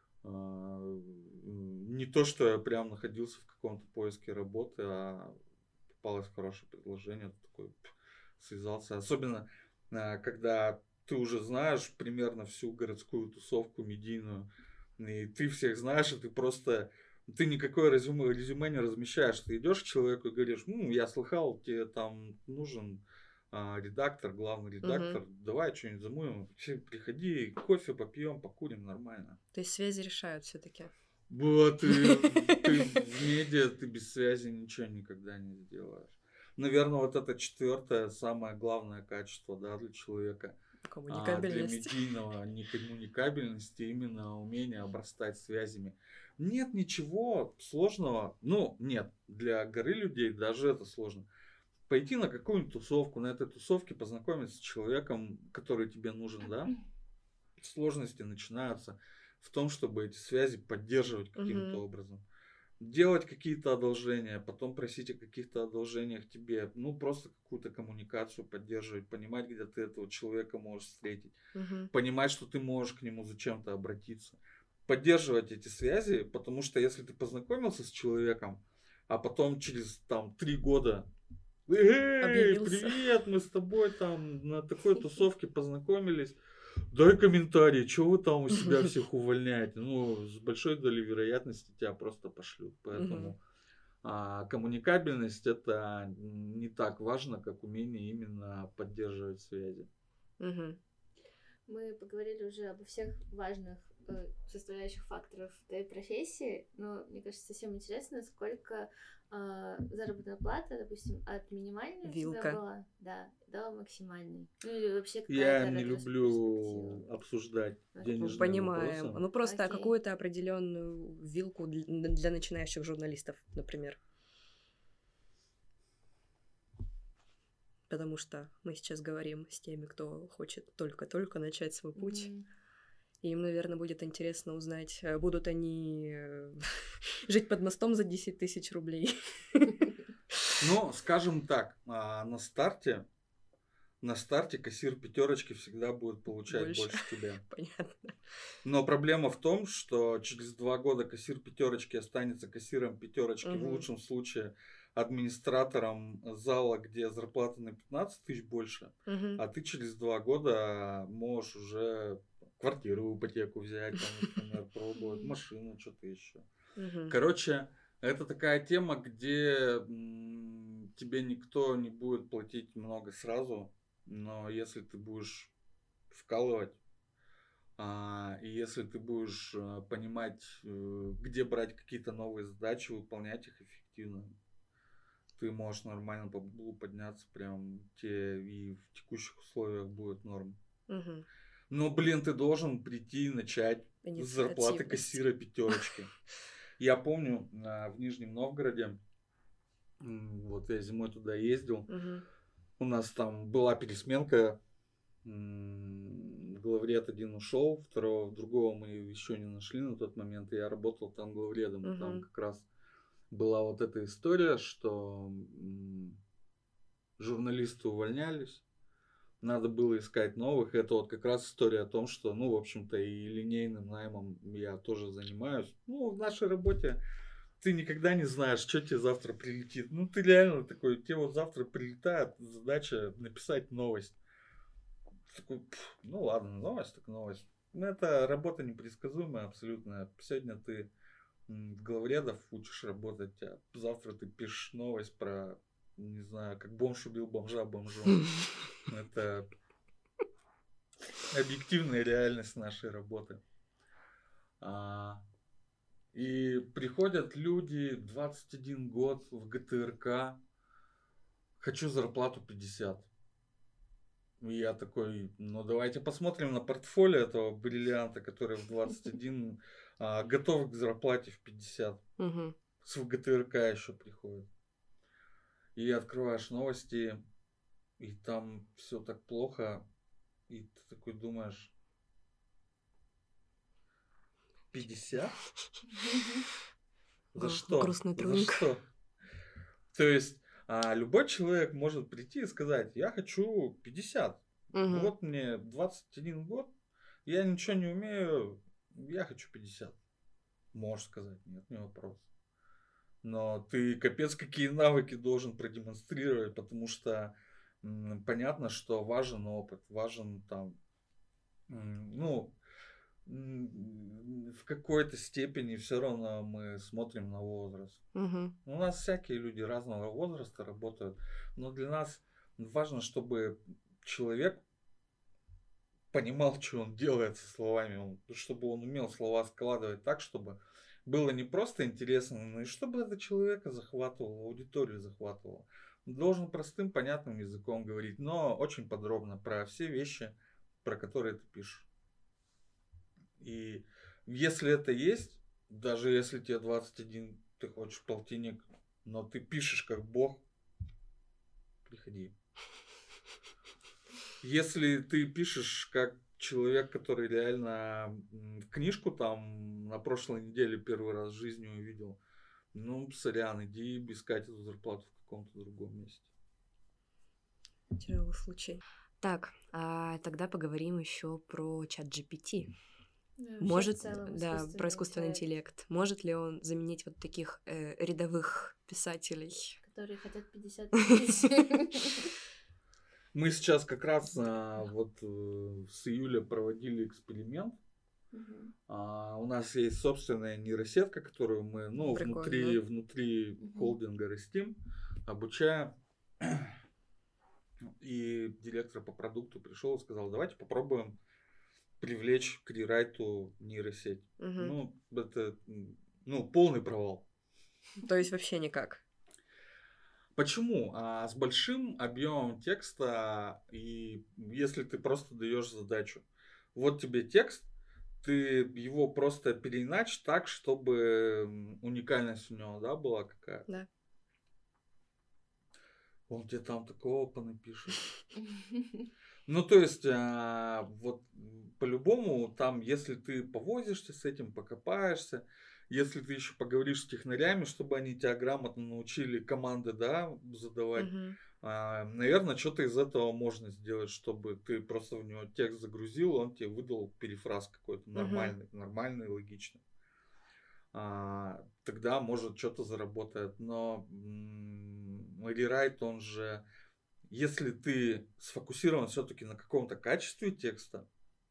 э, не то, что я прям находился в каком-то поиске работы, а попалось хорошее предложение, такой пф, связался. Особенно э, когда ты уже знаешь примерно всю городскую тусовку медийную, и ты всех знаешь, и ты просто, ты никакое резюме, резюме не размещаешь, ты идешь к человеку и говоришь, ну, я слыхал, тебе там нужен а, редактор, главный редактор, Угу. давай что-нибудь замутим, приходи, кофе попьем, покурим, нормально. То есть связи решают все-таки. Вот, ты, ты в медиа, ты без связи ничего никогда не сделаешь. Наверное, вот это четвертое, самое главное качество, да, для человека. Коммуникабельность. А, для медийного некоммуникабельности именно умение обрастать связями. Нет ничего сложного. Ну, нет, для горы людей даже это сложно. Пойти на какую-нибудь тусовку, на этой тусовке познакомиться с человеком, который тебе нужен, да? Сложности начинаются в том, чтобы эти связи поддерживать каким-то Угу. образом. Делать какие-то одолжения, потом просить о каких-то одолжениях тебе, ну, просто какую-то коммуникацию поддерживать, понимать, где ты этого человека можешь встретить, Угу. понимать, что ты можешь к нему зачем-то обратиться. Поддерживать эти связи, потому что если ты познакомился с человеком, а потом через там три года «Эй, Объявился. привет, мы с тобой там на такой тусовке познакомились, дай комментарий, что вы там у себя всех увольняете?» Ну, с большой долей вероятности тебя просто пошлют. Поэтому Мгм. а, коммуникабельность это не так важно, как умение именно поддерживать связи. Мгм. Мы поговорили уже обо всех важных э, составляющих факторов твоей профессии, но мне кажется, совсем интересно, сколько э, заработная плата, допустим, от минимальной у Вилка. тебя была, да, до максимальной. Ну или вообще Я какая-то не люблю ретроспектива. обсуждать Ну, денежные Понимаем. вопросы. Ну, просто Окей. какую-то определенную вилку для, для начинающих журналистов, например. Потому что мы сейчас говорим с теми, кто хочет только-только начать свой путь. Мгм. И им, наверное, будет интересно узнать, э, будут они э, жить под мостом за десять тысяч рублей. Ну, скажем так, а, на старте, на старте кассир пятерочки всегда будет получать Больше. больше тебя. Понятно. Но проблема в том, что через два года кассир пятерочки останется кассиром пятерочки, в Мгм. лучшем случае администратором зала, где зарплата на пятнадцать тысяч больше, Мгм. а ты через два года можешь уже квартиру в ипотеку взять, там, например, пробовать, машину, что-то еще. Мгм. Короче, это такая тема, где м, тебе никто не будет платить много сразу, но если ты будешь вкалывать, а, и если ты будешь а, понимать, э, где брать какие-то новые задачи, выполнять их эффективно, ты можешь нормально по баблу подняться, прям те и в текущих условиях будет норм. Мгм. Но, блин, ты должен прийти и начать с зарплаты Инициативность. кассира пятерочки. Я помню, а, в Нижнем Новгороде, м, вот я зимой туда ездил, Мгм. у нас там была пересменка, м, главред один ушел, второго, другого мы еще не нашли на тот момент, и я работал там главредом, и там Мгм. как раз была вот эта история, что м, журналисты увольнялись, надо было искать новых. Это вот как раз история о том, что, ну, в общем-то, и линейным наймом я тоже занимаюсь. Ну, в нашей работе ты никогда не знаешь, что тебе завтра прилетит. Ну, ты реально такой, тебе вот завтра прилетает задача написать новость. Ты такой, «Пф, ну ладно, новость так новость». Ну, это работа непредсказуемая абсолютно. Сегодня ты м, главредов учишь работать, а завтра ты пишешь новость про, не знаю, как бомж убил бомжа бомжом. Это объективная реальность нашей работы. А, И приходят люди, двадцать один год в ГТРК, хочу зарплату пятьдесят. И я такой, ну давайте посмотрим на портфолио этого бриллианта, который в двадцать один а, готов к зарплате в пятьдесят. Мгм. С в ГТРК еще приходит. И открываешь новости, и там все так плохо, и ты такой думаешь, пятьдесят? За Гру- что? грустный За трудник. что? То есть а, любой человек может прийти и сказать, я хочу пятьдесят. Мгм. Вот мне двадцать один год, я ничего не умею, я хочу пятьдесят. Можешь сказать, нет, не вопрос. Но ты капец какие навыки должен продемонстрировать, потому что м, понятно, что важен опыт, важен там, м, ну, м, в какой-то степени все равно мы смотрим на возраст. Мгм. У нас всякие люди разного возраста работают, но для нас важно, чтобы человек понимал, что он делает со словами, он- чтобы он умел слова складывать так, чтобы было не просто интересно, но и чтобы это человека захватывало, аудиторию захватывало. Он должен простым, понятным языком говорить, но очень подробно про все вещи, про которые ты пишешь. И если это есть, даже если тебе двадцать один, ты хочешь полтинник, но ты пишешь как бог, приходи. Если ты пишешь как человек, который реально м, книжку там на прошлой неделе первый раз в жизни увидел, ну, сорян, иди искать эту зарплату в каком-то другом месте. Тяжелый случай. Так, а тогда поговорим еще про чат джи пи ти. Ну, и вообще в Может, целом да, про искусственный интеллект, интеллект. Может ли он заменить вот таких э, рядовых писателей? которые хотят пятьдесят тысяч. Мы сейчас как раз а, вот э, с июля проводили эксперимент. Мгм. А, у нас есть собственная нейросетка, которую мы ну, внутри, Прикольно. внутри Мгм. холдинга растим, обучаем. И директор по продукту пришел и сказал, давайте попробуем привлечь к рерайту нейросеть. Мгм. Ну, это м, ну, полный провал. То есть вообще никак. Почему? А с большим объемом текста, и если ты просто даешь задачу, вот тебе текст, ты его просто переиначь так, чтобы м, уникальность у него, да, была какая-то. Да. Он тебе там такого понапишет. Ну, то есть, а, вот м, по-любому, там, если ты повозишься с этим, покопаешься, если ты еще поговоришь с технарями, чтобы они тебя грамотно научили команды, да, задавать, Мгм. а, наверное, что-то из этого можно сделать, чтобы ты просто в него текст загрузил, он тебе выдал перефраз какой-то Мгм. нормальный, нормальный, логичный. А, тогда, может, что-то заработает. Но м, рерайт, он же, если ты сфокусирован все-таки на каком-то качестве текста,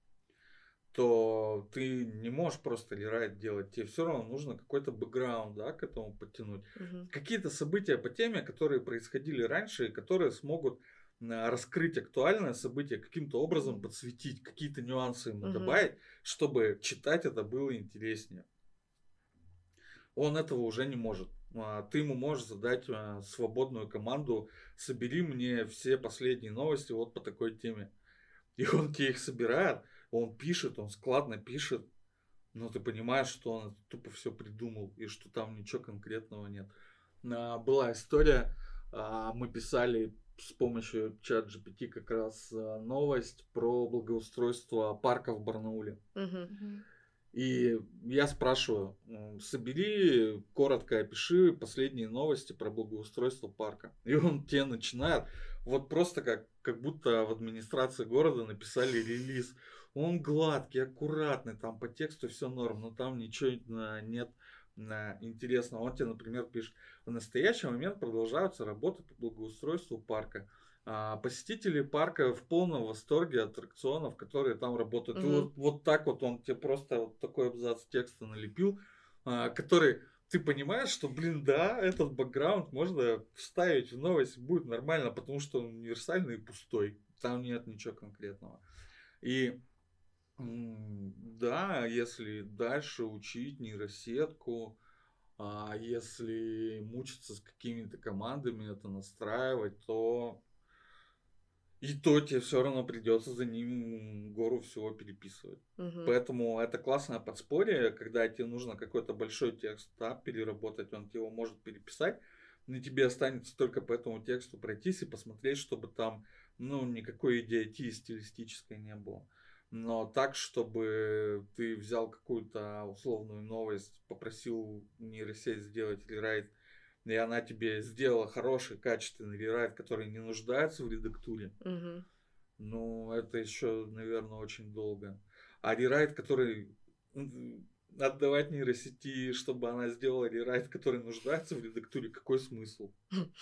то ты не можешь просто рерайт делать. Тебе все равно нужно какой-то бэкграунд, да, к этому подтянуть. Мгм. Какие-то события по теме, которые происходили раньше, и которые смогут а, раскрыть актуальное событие, каким-то образом Мгм. подсветить, какие-то нюансы ему Мгм. добавить, чтобы читать это было интереснее. Он этого уже не может. А, Ты ему можешь задать а, свободную команду, собери мне все последние новости вот по такой теме. И он тебе их собирает, он пишет, он складно пишет, но ты понимаешь, что он тупо все придумал и что там ничего конкретного нет. А, Была история, а, мы писали с помощью чат джи пи ти как раз а, новость про благоустройство парка в Барнауле. Мгм. Мгм. И я спрашиваю, м, собери, коротко опиши последние новости про благоустройство парка. И он тебе начинает, вот просто как, как будто в администрации города написали релиз. Он гладкий, аккуратный, там по тексту все норм, но там ничего а, нет а, интересного. Он тебе, например, пишет, в настоящий момент продолжаются работы по благоустройству парка. А, посетители парка в полном восторге от аттракционов, которые там работают. И Мгм. вот, вот так вот он тебе просто вот такой абзац текста налепил, а, который ты понимаешь, что, блин, да, этот бэкграунд можно вставить в новость, будет нормально, потому что он универсальный и пустой. Там нет ничего конкретного. И Да, если дальше учить нейросетку, а если мучиться с какими-то командами, это настраивать, то и то тебе все равно придется за ним гору всего переписывать. Мгм. Поэтому это классное подспорье, когда тебе нужно какой-то большой текст, да, переработать, он его может переписать, но тебе останется только по этому тексту пройтись и посмотреть, чтобы там, ну, никакой идиотии стилистической не было. Но так, чтобы ты взял какую-то условную новость, попросил нейросеть сделать рерайт, и она тебе сделала хороший, качественный рерайт, который не нуждается в редактуре, Мгм. ну, это еще, наверное, очень долго. А рерайт, который м, отдавать нейросети, чтобы она сделала рерайт, который нуждается в редактуре, какой смысл?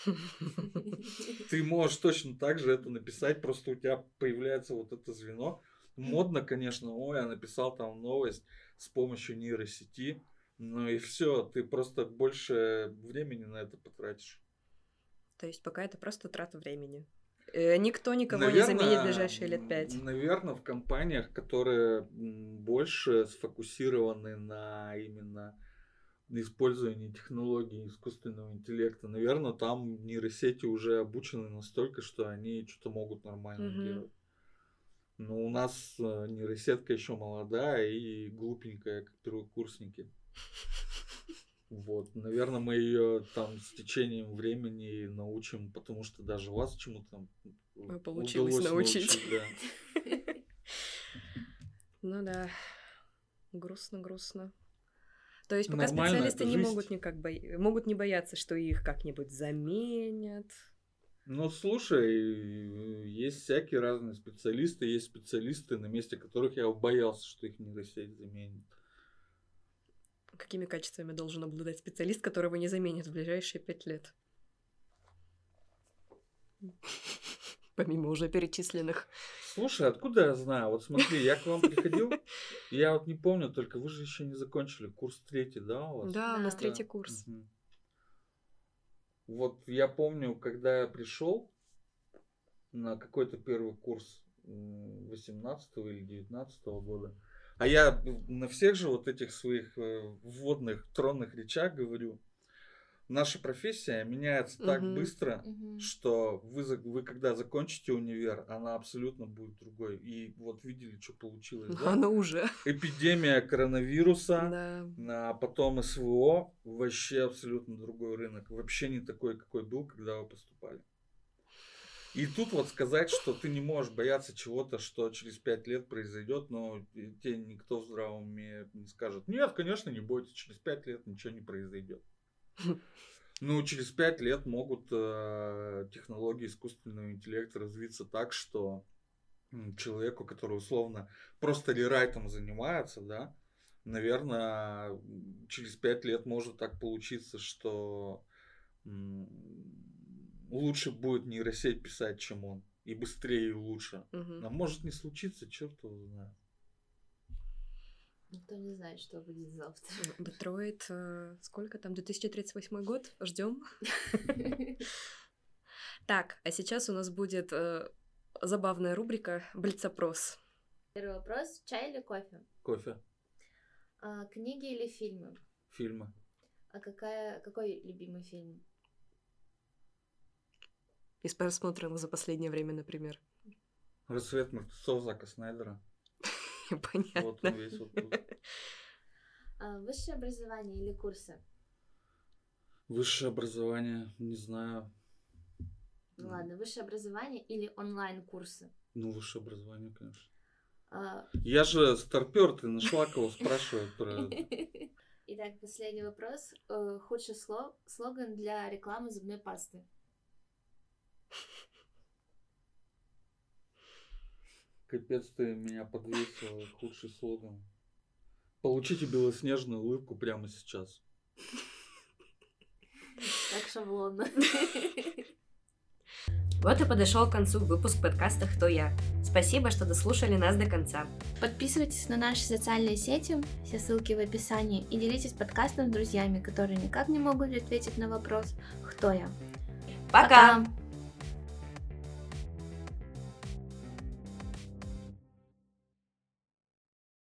Ты можешь точно так же это написать, просто у тебя появляется вот это звено. Модно, конечно, ой, я написал там новость с помощью нейросети, ну и все, ты просто больше времени на это потратишь. То есть пока это просто трата времени. Э, Никто никого не заменит в ближайшие лет пять. Наверное, в компаниях, которые м, больше сфокусированы на именно использовании технологий искусственного интеллекта, наверное, там нейросети уже обучены настолько, что они что-то могут нормально Мгм. делать. Но у нас э, нейросетка еще молодая и глупенькая, как первокурсники. Вот, наверное, мы ее там с течением времени научим, потому что даже вас чему-то там А, получилось удалось научить. научить, да. Ну да, грустно-грустно. То есть пока Нормально, специалисты это не жизнь. могут никак бо- могут не бояться, что их как-нибудь заменят. Ну, слушай, есть всякие разные специалисты, есть специалисты, на месте которых я боялся, что их нейросеть заменит. Какими качествами должен обладать специалист, которого не заменят в ближайшие пять лет? Помимо уже перечисленных. Слушай, откуда я знаю? Вот смотри, я к вам приходил, я вот не помню, только вы же еще не закончили курс третий, да, у вас? Да, у нас Да. третий курс. Мгм. Вот я помню, когда я пришел на какой-то первый курс восемнадцатого или девятнадцатого года, а я на всех же вот этих своих э, вводных тронных речах говорю, наша профессия меняется так Мгм. быстро, Мгм. что вы, за- вы когда закончите универ, она абсолютно будет другой. И вот видели, что получилось, да? Оно уже. Эпидемия коронавируса, Да. а потом СВО, вообще абсолютно другой рынок. Вообще не такой, какой был, когда вы поступали. И тут вот сказать, что ты не можешь бояться чего-то, что через пять лет произойдет, но тебе никто в здравом уме не скажет, нет, конечно, не бойтесь, через пять лет ничего не произойдет. Ну, через пять лет могут э, технологии искусственного интеллекта развиться так, что м, человеку, который условно просто рерайтом занимается, да, наверное, м, через пять лет может так получиться, что м, лучше будет нейросеть писать, чем он. И быстрее, и лучше. Мгм. А может не случиться, черт его знает. Никто не знает, что будет завтра. Детройт, э, сколько там, две тысячи тридцать восьмой год? Ждем. Так, а сейчас у нас будет э, забавная рубрика «Блиц-опрос». Первый вопрос. Чай или кофе? Кофе, А, книги или фильмы? фильмы. А какая, какой любимый фильм? Из просмотренных за последнее время, например. Рассвет мертвецов Зака Снайдера. Вот Понятно. он весь вот тут. А, высшее образование или курсы? Высшее образование, не знаю. Ну ладно, высшее образование или онлайн-курсы? Ну, высшее образование, конечно. А, Я же старпер, ты нашла кого спрашивать про... Итак, последний вопрос. Э, Худший сло- слоган для рекламы зубной пасты? Капец, ты меня подвесила, худший слоган. Получите белоснежную улыбку прямо сейчас. Так шаблонно. Вот и подошел к концу выпуск подкаста «Кто я?». Спасибо, что дослушали нас до конца. Подписывайтесь на наши социальные сети, все ссылки в описании, и делитесь подкастом с друзьями, которые никак не могут ответить на вопрос «Кто я?». Пока!